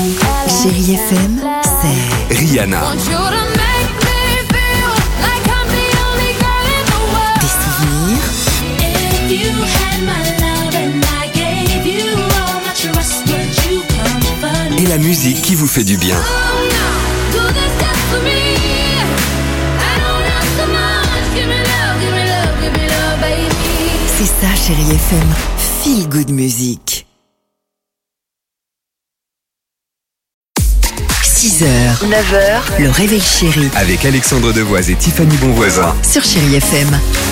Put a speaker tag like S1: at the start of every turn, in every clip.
S1: Chérie FM, c'est
S2: Rihanna.
S1: des souvenirs
S2: Et la musique qui vous fait du bien.
S1: c'est ça Chérie FM, Feel Good Music. 6h, 9h, le réveil chéri
S2: Avec Alexandre Devoise et Tiffany Bonvoisin.
S1: sur Chérie FM.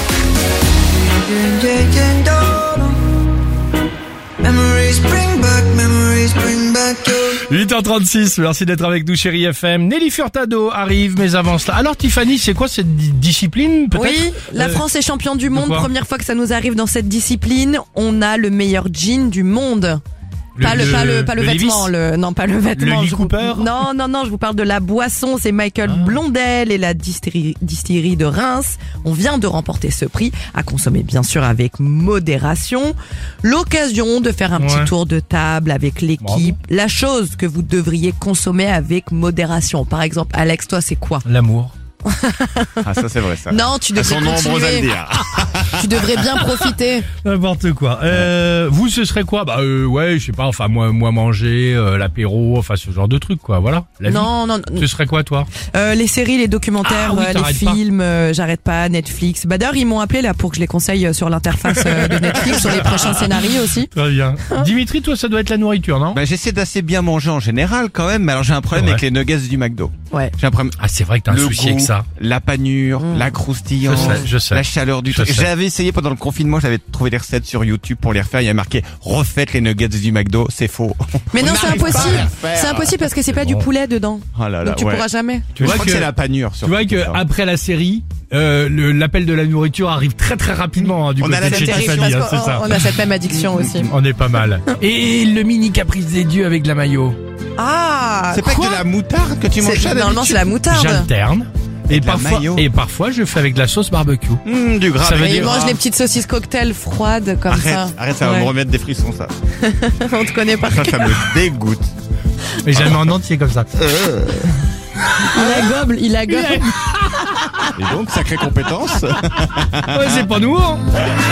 S3: Memories bring back your
S4: 8h36, merci d'être avec nous chérie FM. Nelly Furtado arrive, mais avant cela. Alors Tiffany, c'est quoi cette discipline peut-être?
S5: Oui, la France est championne du monde.
S4: quoi
S5: Première fois que ça nous arrive dans cette discipline. On a le meilleur jean du monde. Pas le vêtement, non pas le vêtement.
S4: Le Lee
S5: je vous-
S4: Cooper
S5: Non, je vous parle de la boisson. C'est Michael Blondel et la distillerie de Reims. On vient de remporter ce prix, à consommer bien sûr avec modération. L'occasion de faire un petit tour de table avec l'équipe. La chose que vous devriez consommer avec modération. Par exemple, Alex, toi, c'est quoi?
S4: L'amour.
S6: Ah, ça c'est vrai ça.
S5: Non, tu
S6: Elles
S5: devrais
S6: sont nombreuses à le
S5: continuer.
S6: dire.
S5: Tu devrais bien profiter.
S4: N'importe quoi. Vous, ce serait quoi? Ouais, je sais pas, enfin, moi manger, l'apéro, enfin, ce genre de truc, quoi, voilà. La vie.
S5: Non.
S4: Ce serait quoi, toi?
S5: Les séries, les documentaires,
S4: Ah oui,
S5: les
S4: t'arrêtes pas.
S5: films, j'arrête pas, Netflix. D'ailleurs, ils m'ont appelé là pour que je les conseille sur l'interface de Netflix, sur les prochains scénarios aussi.
S4: Très bien. Dimitri, toi, ça doit être la nourriture, non?
S6: Bah, j'essaie d'assez bien manger en général quand même, mais alors j'ai un problème
S4: Ouais.
S6: avec les nuggets du McDo.
S5: Ouais.
S6: J'ai un problème.
S4: Ah, c'est vrai que t'as un
S6: Le
S4: souci
S6: goût,
S4: avec ça.
S6: la panure, la croustillance,
S4: Je sais.
S6: la chaleur du
S4: Je
S6: truc.
S4: sais.
S6: J'avais essayé pendant le confinement, j'avais trouvé des recettes sur YouTube pour les refaire. Il y a marqué refaites les nuggets du McDo, c'est faux.
S5: Mais non,
S6: On
S5: c'est
S6: n'arrive pas à
S5: impossible.
S6: les refaire.
S5: C'est impossible parce que c'est pas du poulet dedans.
S6: Oh là là,
S5: Donc tu
S6: ouais.
S5: pourras jamais.
S6: Je
S4: vois
S6: crois
S4: que-
S6: que c'est la panure.
S4: Tu vois que après la série, l'appel de la nourriture arrive très très rapidement du
S6: On
S4: côté
S6: a la
S4: de chez
S6: même
S5: Terrible
S4: Tiffany,
S5: parce
S4: c'est ça.
S5: qu'on a cette même addiction aussi.
S4: On est pas mal. Et le mini caprice des dieux avec la mayo.
S5: Ah,
S6: C'est pas
S5: quoi
S6: que de la moutarde que tu manges ça
S5: Normalement, c'est la moutarde.
S4: J'alterne. Et
S6: de la mayo.
S4: parfois, je fais avec de la sauce barbecue.
S6: Du gras.
S4: Ça veut
S6: avec
S5: Et
S4: dire-
S5: ils
S6: du
S5: mangent
S6: gras.
S5: des petites saucisses cocktail froides comme ça.
S6: Arrête, ça va
S5: Ouais.
S6: me remettre des frissons ça.
S5: On te connaît par
S6: Ça
S5: cœur.
S6: me dégoûte.
S4: Mais jamais en entier comme ça.
S5: Il la gobe.
S6: Et donc, sacrée compétence.
S4: Ouais, c'est pas nous, hein.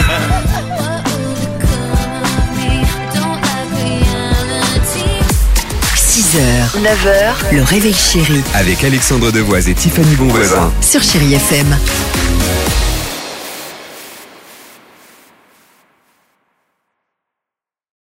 S1: 6h, 9h, le réveil chéri
S2: Avec Alexandre Devoise et Tiffany Bonvoisin.
S1: sur Chérie FM.